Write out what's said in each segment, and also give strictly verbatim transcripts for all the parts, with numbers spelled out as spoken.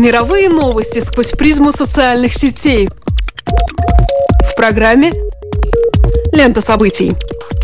Мировые новости сквозь призму социальных сетей. В программе «Лента событий».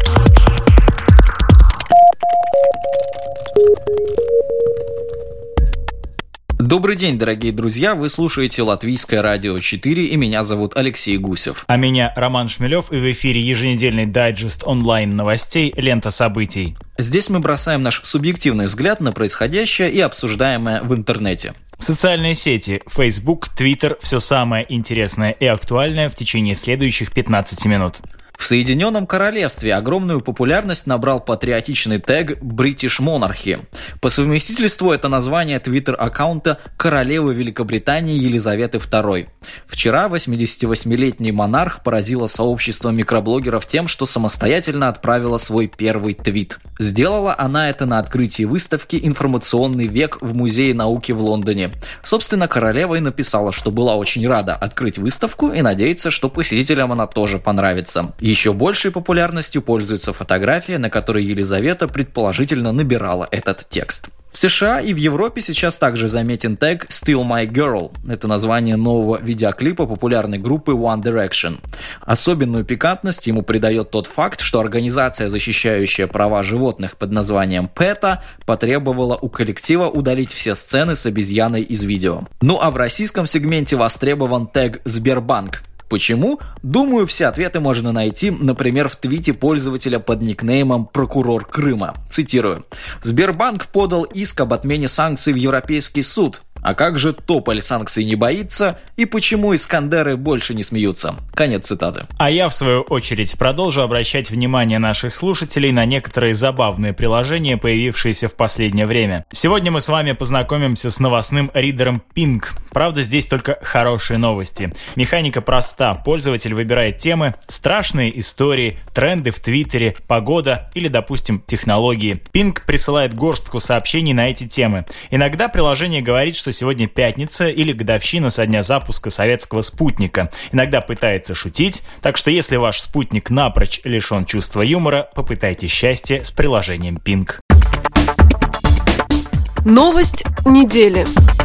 Добрый день, дорогие друзья, вы слушаете Латвийское радио четыре, и меня зовут Алексей Гусев. А меня Роман Шмелев, и в эфире еженедельный дайджест онлайн новостей «Лента событий». Здесь мы бросаем наш субъективный взгляд на происходящее и обсуждаемое в интернете. Социальные сети, Facebook, Twitter – все самое интересное и актуальное в течение следующих пятнадцати минут. В Соединенном Королевстве огромную популярность набрал патриотичный тег British Monarchy. По совместительству это название твиттер-аккаунта королевы Великобритании Елизаветы второй. Вчера восьмидесятивосьмилетний монарх поразила сообщество микроблогеров тем, что самостоятельно отправила свой первый твит. Сделала она это на открытии выставки «Информационный век» в Музее науки в Лондоне. Собственно, королева и написала, что была очень рада открыть выставку и надеется, что посетителям она тоже понравится. Еще большей популярностью пользуется фотография, на которой Елизавета предположительно набирала этот текст. В США и в Европе сейчас также заметен тег «Still My Girl». Это название нового видеоклипа популярной группы One Direction. Особенную пикантность ему придает тот факт, что организация, защищающая права животных под названием PETA, потребовала у коллектива удалить все сцены с обезьяной из видео. Ну а в российском сегменте востребован тег «Сбербанк». Почему? Думаю, все ответы можно найти, например, в твите пользователя под никнеймом «Прокурор Крыма». Цитирую. «Сбербанк подал иск об отмене санкций в Европейский суд. А как же Тополь санкций не боится? И почему Искандеры больше не смеются?» Конец цитаты. А я, в свою очередь, продолжу обращать внимание наших слушателей на некоторые забавные приложения, появившиеся в последнее время. Сегодня мы с вами познакомимся с новостным ридером Ping. Правда, здесь только хорошие новости. Механика проста. Пользователь выбирает темы, страшные истории, тренды в Твиттере, погода или, допустим, технологии. Ping присылает горстку сообщений на эти темы. Иногда приложение говорит, что сегодня пятница или годовщина со дня запуска советского спутника. Иногда пытается шутить, так что если ваш спутник напрочь лишен чувства юмора, попытайте счастье с приложением Ping. Новость недели.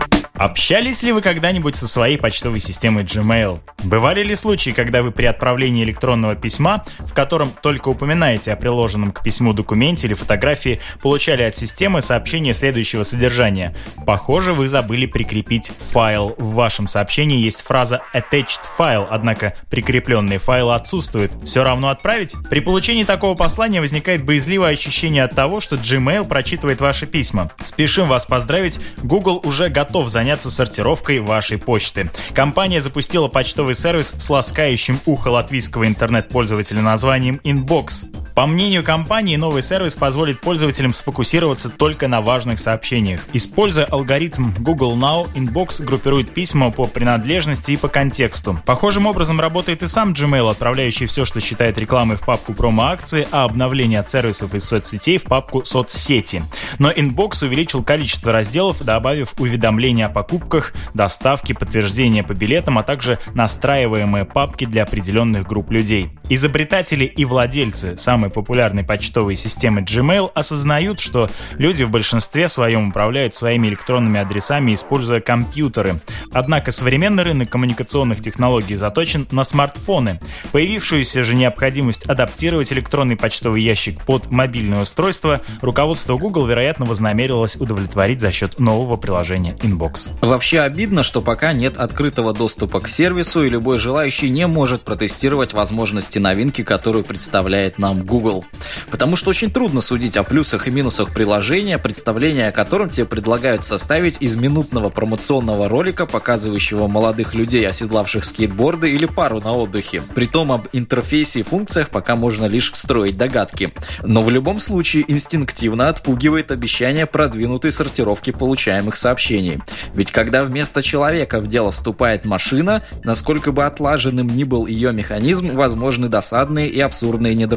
Общались ли вы когда-нибудь со своей почтовой системой Gmail? Бывали ли случаи, когда вы при отправлении электронного письма, в котором только упоминаете о приложенном к письму документе или фотографии, получали от системы сообщение следующего содержания? Похоже, вы забыли прикрепить файл. В вашем сообщении есть фраза attached file, однако прикрепленные файлы отсутствуют. Все равно отправить? При получении такого послания возникает боязливое ощущение от того, что Gmail прочитывает ваши письма. Спешим вас поздравить, Google уже готов заняться заняться сортировкой вашей почты. Компания запустила почтовый сервис с ласкающим ухо латвийского интернет-пользователя названием Inbox. По мнению компании, новый сервис позволит пользователям сфокусироваться только на важных сообщениях. Используя алгоритм Google Now, Inbox группирует письма по принадлежности и по контексту. Похожим образом работает и сам Gmail, отправляющий все, что считает рекламой, в папку промо-акции, а обновления от сервисов из соцсетей в папку соцсети. Но Inbox увеличил количество разделов, добавив уведомления о покупках, доставке, подтверждения по билетам, а также настраиваемые папки для определенных групп людей. Изобретатели и владельцы самой популярной почтовой системы Gmail осознают, что люди в большинстве своем управляют своими электронными адресами, используя компьютеры. Однако современный рынок коммуникационных технологий заточен на смартфоны. Появившуюся же необходимость адаптировать электронный почтовый ящик под мобильное устройство руководство Google, вероятно, вознамерилось удовлетворить за счет нового приложения Inbox. Вообще обидно, что пока нет открытого доступа к сервису, и любой желающий не может протестировать возможности новинки, которую представляет нам Google. Потому что очень трудно судить о плюсах и минусах приложения, представление о котором тебе предлагают составить из минутного промоционного ролика, показывающего молодых людей, оседлавших скейтборды или пару на отдыхе. Притом об интерфейсе и функциях пока можно лишь строить догадки. Но в любом случае инстинктивно отпугивает обещание продвинутой сортировки получаемых сообщений. Ведь когда вместо человека в дело вступает машина, насколько бы отлаженным ни был ее механизм, возможны досадные и абсурдные недоразумения.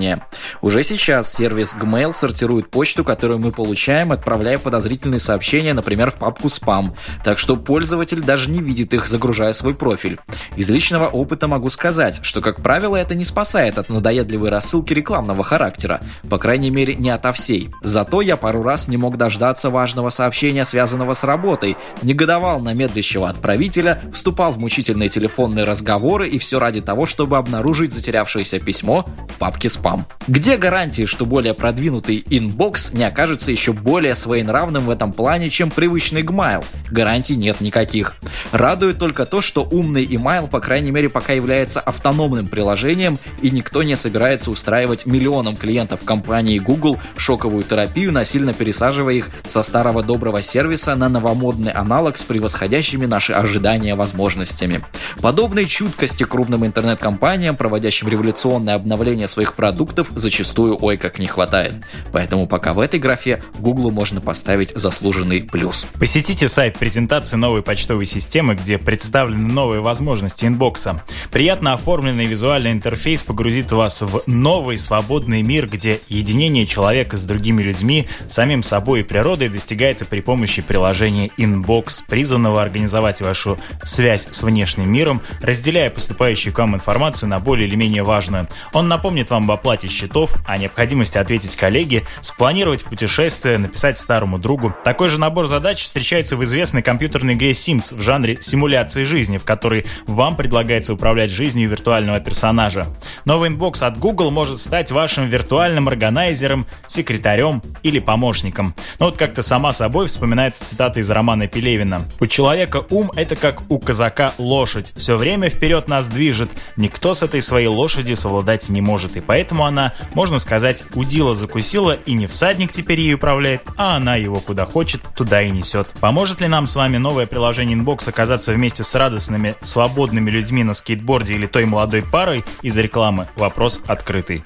сообщения. Уже сейчас сервис Gmail сортирует почту, которую мы получаем, отправляя подозрительные сообщения, например, в папку «Спам», так что пользователь даже не видит их, загружая свой профиль. Из личного опыта могу сказать, что, как правило, это не спасает от надоедливой рассылки рекламного характера, по крайней мере, не ото всей. Зато я пару раз не мог дождаться важного сообщения, связанного с работой, негодовал на медлящего отправителя, вступал в мучительные телефонные разговоры, и все ради того, чтобы обнаружить затерявшееся письмо в папке «Спам». Где гарантии, что более продвинутый инбокс не окажется еще более своенравным в этом плане, чем привычный Gmail? Гарантий нет никаких. Радует только то, что умный email, по крайней мере, пока является автономным приложением, и никто не собирается устраивать миллионам клиентов компании Google шоковую терапию, насильно пересаживая их со старого доброго сервиса на новомодный аналог с превосходящими наши ожидания возможностями. Подобной чуткости крупным интернет-компаниям, проводящим революционное обновление своих продуктов, зачастую ой как не хватает. Поэтому пока в этой графе Google можно поставить заслуженный плюс. Посетите сайт презентации новой почтовой системы, где представлены новые возможности инбокса. Приятно оформленный визуальный интерфейс погрузит вас в новый свободный мир, где единение человека с другими людьми, самим собой и природой достигается при помощи приложения Inbox, призванного организовать вашу связь с внешним миром, разделяя поступающую к вам информацию на более или менее важную. Он напомнит вам об оплате счетов, о необходимости ответить коллеге, спланировать путешествие, написать старому другу. Такой же набор задач встречается в известной компьютерной игре Sims в жанре симуляции жизни, в которой вам предлагается управлять жизнью виртуального персонажа. Новый инбокс от Google может стать вашим виртуальным органайзером, секретарем или помощником. Но вот как-то сама собой вспоминается цитата из романа Пелевина. «У человека ум — это как у казака лошадь. Все время вперед нас движет. Никто с этой своей лошадью совладать не может. И поэтому она, можно сказать, удила закусила, и не всадник теперь ей управляет, а она его куда хочет, туда и несет». Поможет ли нам с вами новое приложение Inbox оказаться вместе с радостными, свободными людьми на скейтборде или той молодой парой из рекламы? Вопрос открытый.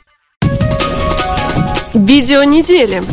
Видео недели.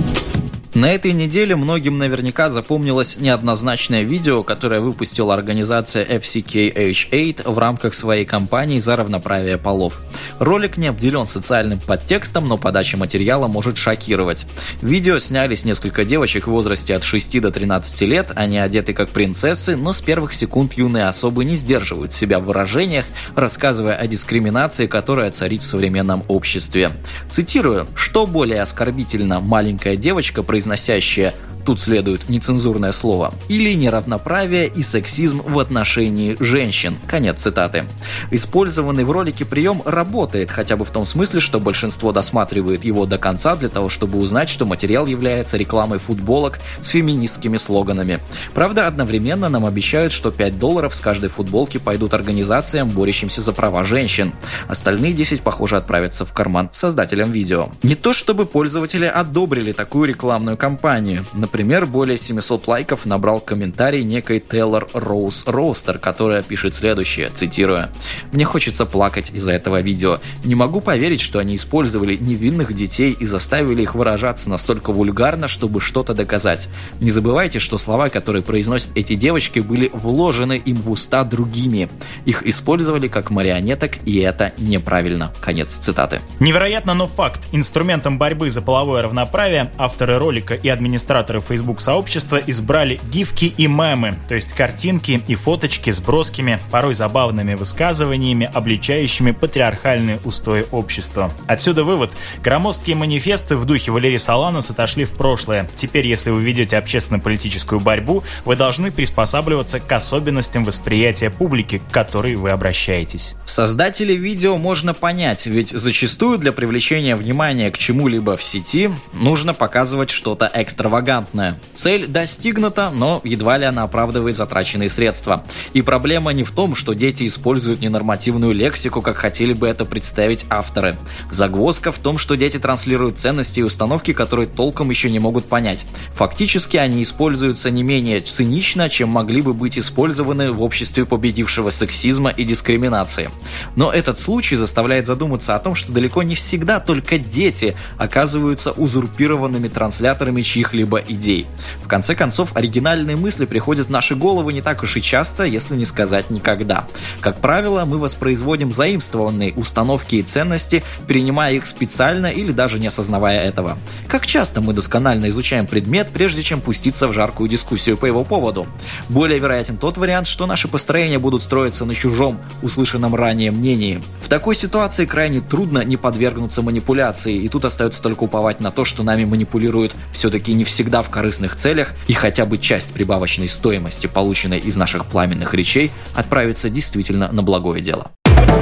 На этой неделе многим наверняка запомнилось неоднозначное видео, которое выпустила организация эф си кей эйч восемь в рамках своей кампании за равноправие полов. Ролик не обделен социальным подтекстом, но подача материала может шокировать. В видео снялись несколько девочек в возрасте от шести до тринадцати лет, они одеты как принцессы, но с первых секунд юные особы не сдерживают себя в выражениях, рассказывая о дискриминации, которая царит в современном обществе. Цитирую: «Что более оскорбительно, маленькая девочка, произносящая, тут следует нецензурное слово, или неравноправие и сексизм в отношении женщин». Конец цитаты. Использованный в ролике прием работает, хотя бы в том смысле, что большинство досматривает его до конца для того, чтобы узнать, что материал является рекламой футболок с феминистскими слоганами. Правда, одновременно нам обещают, что пять долларов с каждой футболки пойдут организациям, борющимся за права женщин. Остальные десять, похоже, отправятся в карман создателям видео. Не то чтобы пользователи одобрили такую рекламную кампанию. Например, более семисот лайков набрал комментарий некой Тейлор Роуз Роустер, которая пишет следующее, цитирую: «Мне хочется плакать из-за этого видео. Не могу поверить, что они использовали невинных детей и заставили их выражаться настолько вульгарно, чтобы что-то доказать. Не забывайте, что слова, которые произносят эти девочки, были вложены им в уста другими. Их использовали как марионеток, и это неправильно». Конец цитаты. Невероятно, но факт. Инструментом борьбы за половое равноправие авторы ролика и администраторы Facebook-сообщества избрали гифки и мемы, то есть картинки и фоточки с броскими, порой забавными высказываниями, обличающими патриархальные устои общества. Отсюда вывод. Громоздкие манифесты в духе Валерии Соланос отошли в прошлое. Теперь, если вы ведете общественно-политическую борьбу, вы должны приспосабливаться к особенностям восприятия публики, к которой вы обращаетесь. Создателей видео можно понять, ведь зачастую для привлечения внимания к чему-либо в сети нужно показывать что-то экстравагантное. Цель достигнута, но едва ли она оправдывает затраченные средства. И проблема не в том, что дети используют ненормативную лексику, как хотели бы это представить авторы. Загвоздка в том, что дети транслируют ценности и установки, которые толком еще не могут понять. Фактически они используются не менее цинично, чем могли бы быть использованы в обществе победившего сексизма и дискриминации. Но этот случай заставляет задуматься о том, что далеко не всегда только дети оказываются узурпированными трансляторами чьих-либо идей. В конце концов, оригинальные мысли приходят в наши головы не так уж и часто, если не сказать никогда. Как правило, мы воспроизводим заимствованные установки и ценности, перенимая их специально или даже не осознавая этого. Как часто мы досконально изучаем предмет, прежде чем пуститься в жаркую дискуссию по его поводу? Более вероятен тот вариант, что наши построения будут строиться на чужом, услышанном ранее мнении. В такой ситуации крайне трудно не подвергнуться манипуляции, и тут остается только уповать на то, что нами манипулируют все-таки не всегда в корыстных целях, и хотя бы часть прибавочной стоимости, полученной из наших пламенных речей, отправится действительно на благое дело.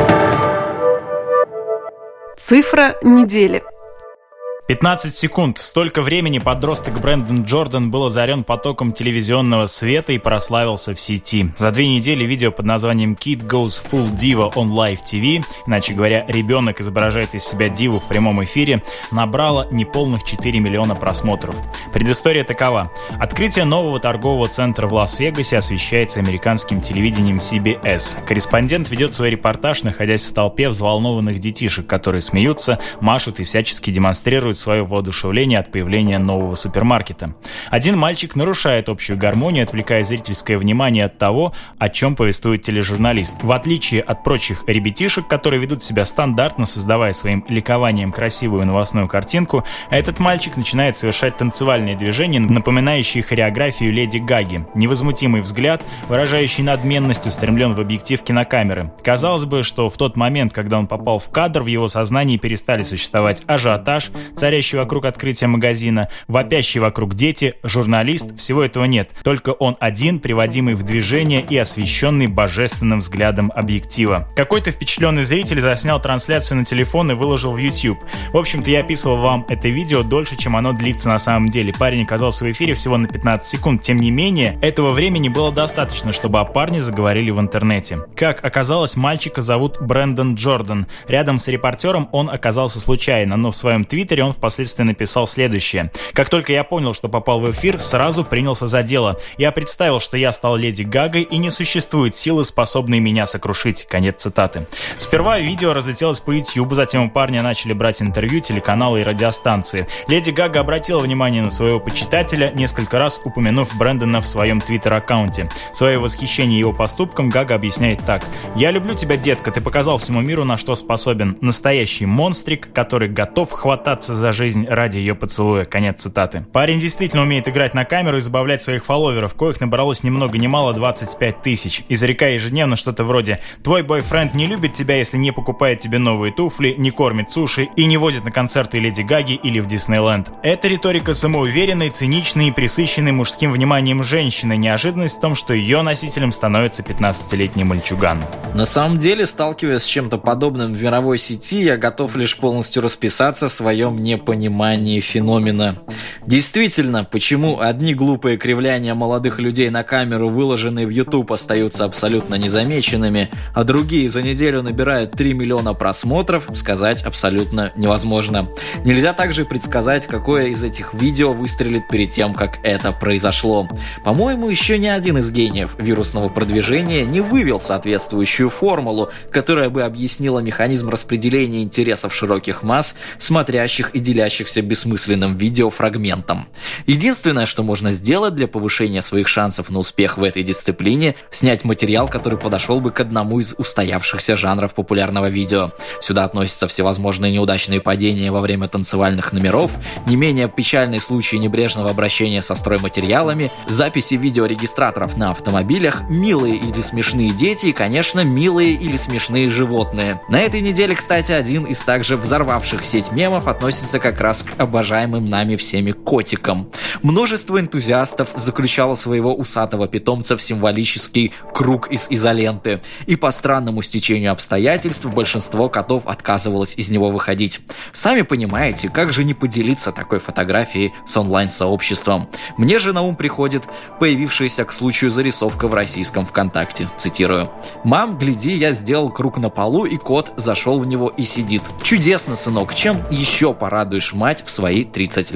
Цифра недели. пятнадцать секунд. Столько времени подросток Брэндон Джордан был озарен потоком телевизионного света и прославился в сети. За две недели видео под названием Kid Goes Full Diva on Live ти ви, иначе говоря, ребенок изображает из себя диву в прямом эфире, набрало неполных четыре миллиона просмотров. Предыстория такова. Открытие нового торгового центра в Лас-Вегасе освещается американским телевидением си би эс. Корреспондент ведет свой репортаж, находясь в толпе взволнованных детишек, которые смеются, машут и всячески демонстрируют свое воодушевление от появления нового супермаркета. Один мальчик нарушает общую гармонию, отвлекая зрительское внимание от того, о чем повествует тележурналист. В отличие от прочих ребятишек, которые ведут себя стандартно, создавая своим ликованием красивую новостную картинку, этот мальчик начинает совершать танцевальные движения, напоминающие хореографию Леди Гаги. Невозмутимый взгляд, выражающий надменность, устремлен в объектив кинокамеры. Казалось бы, что в тот момент, когда он попал в кадр, в его сознании перестали существовать ажиотаж, царящий вокруг открытия магазина, вопящий вокруг дети, журналист, всего этого нет. Только он один, приводимый в движение и освещенный божественным взглядом объектива. Какой-то впечатленный зритель заснял трансляцию на телефон и выложил в YouTube. В общем-то, я описывал вам это видео дольше, чем оно длится на самом деле. Парень оказался в эфире всего на пятнадцать секунд. Тем не менее, этого времени было достаточно, чтобы о парне заговорили в интернете. Как оказалось, мальчика зовут Брэндон Джордан. Рядом с репортером он оказался случайно, но в своем твиттере он впоследствии написал следующее. «Как только я понял, что попал в эфир, сразу принялся за дело. Я представил, что я стал Леди Гагой, и не существует силы, способной меня сокрушить». Конец цитаты. Сперва видео разлетелось по YouTube, затем у парня начали брать интервью телеканалы и радиостанции. Леди Гага обратила внимание на своего почитателя, несколько раз упомянув Брэндона в своем твиттер-аккаунте. Свое восхищение его поступком Гага объясняет так. «Я люблю тебя, детка, ты показал всему миру, на что способен. Настоящий монстрик, который готов хвататься за жизнь ради ее поцелуя». Конец цитаты. Парень действительно умеет играть на камеру и забавлять своих фолловеров, коих набралось ни много ни мало двадцать пять тысяч. Изрекая ежедневно что-то вроде «Твой бойфренд не любит тебя, если не покупает тебе новые туфли, не кормит суши и не возит на концерты Леди Гаги или в Диснейленд». Это риторика самоуверенной, циничной и присыщенной мужским вниманием женщины. Неожиданность в том, что ее носителем становится пятнадцатилетний мальчуган. На самом деле, сталкиваясь с чем-то подобным в мировой сети, я готов лишь полностью расписаться в своем непонимании феномена. Действительно, почему одни глупые кривляния молодых людей на камеру, выложенные в YouTube, остаются абсолютно незамеченными, а другие за неделю набирают три миллиона просмотров, сказать абсолютно невозможно. Нельзя также предсказать, какое из этих видео выстрелит перед тем, как это произошло. По-моему, еще ни один из гениев вирусного продвижения не вывел соответствующую формулу, которая бы объяснила механизм распределения интересов широких масс, смотрящих и делящихся бессмысленным видеофрагментом. Единственное, что можно сделать для повышения своих шансов на успех в этой дисциплине, снять материал, который подошел бы к одному из устоявшихся жанров популярного видео. Сюда относятся всевозможные неудачные падения во время танцевальных номеров, не менее печальные случаи небрежного обращения со стройматериалами, записи видеорегистраторов на автомобилях, милые или смешные дети и, конечно, милые или смешные животные. На этой неделе, кстати, один из также взорвавших сеть мемов относится как раз к обожаемым нами всеми котикам. Множество энтузиастов заключало своего усатого питомца в символический круг из изоленты, и по странному стечению обстоятельств большинство котов отказывалось из него выходить. Сами понимаете, как же не поделиться такой фотографией с онлайн-сообществом. Мне же на ум приходит появившаяся к случаю зарисовка в российском ВКонтакте. Цитирую. «Мам, гляди, я сделал круг на полу, и кот зашел в него и сидит. Чудесно, сынок, чем еще порадуешь мать в свои тридцать лет?»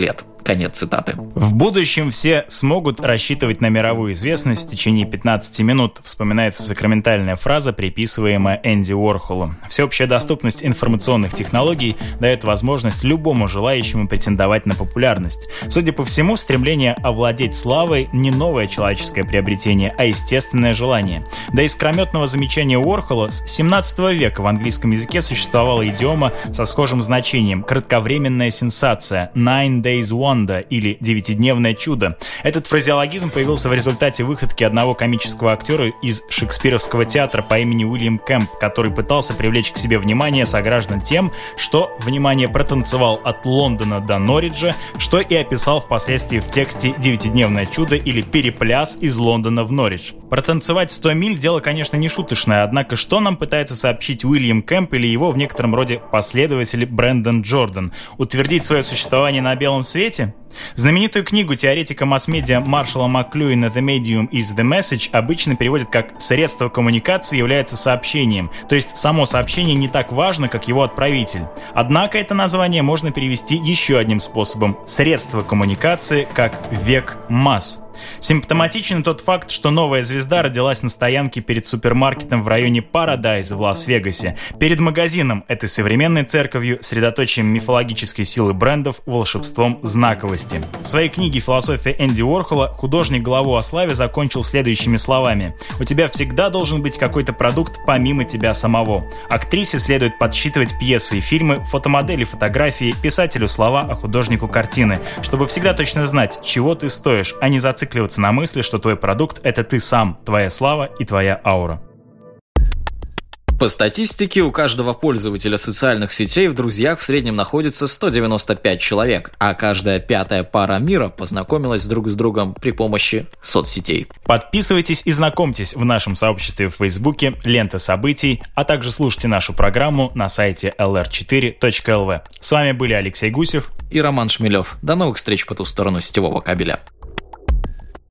Конец цитаты. В будущем все смогут рассчитывать на мировую известность в течение пятнадцати минут, вспоминается сакраментальная фраза, приписываемая Энди Уорхолу. Всеобщая доступность информационных технологий дает возможность любому желающему претендовать на популярность. Судя по всему, стремление овладеть славой не новое человеческое приобретение, а естественное желание. До искрометного замечания Уорхола с семнадцатого века в английском языке существовала идиома со схожим значением «кратковременная сенсация» «nine days wonder» или «девятидневное чудо». Этот фразеологизм появился в результате выходки одного комического актера из шекспировского театра по имени Уильям Кэмп, который пытался привлечь к себе внимание сограждан тем, что, внимание, протанцевал от Лондона до Норриджа, что и описал впоследствии в тексте «Девятидневное чудо» или «Перепляс из Лондона в Норридж». Протанцевать сто миль – дело, конечно, не шуточное, однако что нам пытается сообщить Уильям Кэмп или его в некотором роде последователь Брэндон Джордан? Утвердить свое существование на белом свете? Знаменитую книгу теоретика масс-медиа Маршалла Маклюина «The Medium is the Message» обычно переводят как «средство коммуникации является сообщением», то есть само сообщение не так важно, как его отправитель. Однако это название можно перевести еще одним способом – «средство коммуникации как век масс». Симптоматичен тот факт, что новая звезда родилась на стоянке перед супермаркетом в районе Парадайз в Лас-Вегасе, перед магазином этой современной церковью, средоточием мифологической силы брендов, волшебством знаковости. В своей книге «Философия Энди Уорхола» художник главу о славе закончил следующими словами: «У тебя всегда должен быть какой-то продукт помимо тебя самого. Актрисе следует подсчитывать пьесы и фильмы, фотомодели фотографии, писателю слова, а художнику картины, чтобы всегда точно знать, чего ты стоишь, а не зацикливаться на мысли, что твой продукт – это ты сам, твоя слава и твоя аура». По статистике, у каждого пользователя социальных сетей в друзьях в среднем находится сто девяносто пять человек, а каждая пятая пара мира познакомилась друг с другом при помощи соцсетей. Подписывайтесь и знакомьтесь в нашем сообществе в Фейсбуке, лента событий, а также слушайте нашу программу на сайте эл эр четыре точка эл ви. С вами были Алексей Гусев и Роман Шмелев. До новых встреч по ту сторону сетевого кабеля.